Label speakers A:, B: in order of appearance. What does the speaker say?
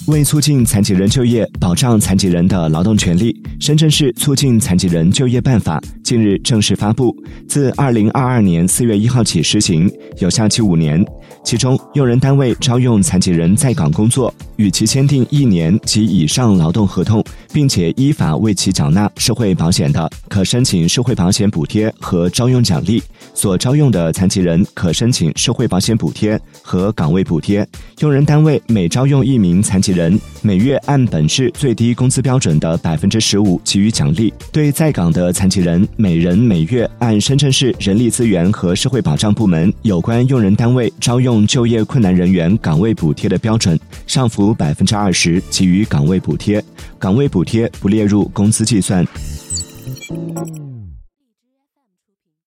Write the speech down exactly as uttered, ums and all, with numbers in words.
A: 为促进残疾人就业，保障残疾人的劳动权利，深圳市促进残疾人就业办法近日正式发布，自二零二二年四月一号起施行，有效期五年。其中，用人单位招用残疾人在岗工作，与其签订一年及以上劳动合同，并且依法为其缴纳社会保险的，可申请社会保险补贴和招用奖励；所招用的残疾人可申请社会保险补贴和岗位补贴。用人单位每招用一名残疾人，每月按本市最低工资标准的百分之十五给予奖励。对在岗的残疾人，每人每月按深圳市人力资源和社会保障部门有关用人单位招用就业困难人员岗位补贴的标准，上浮百分之二十给予岗位补贴，岗位补贴不列入工资计算。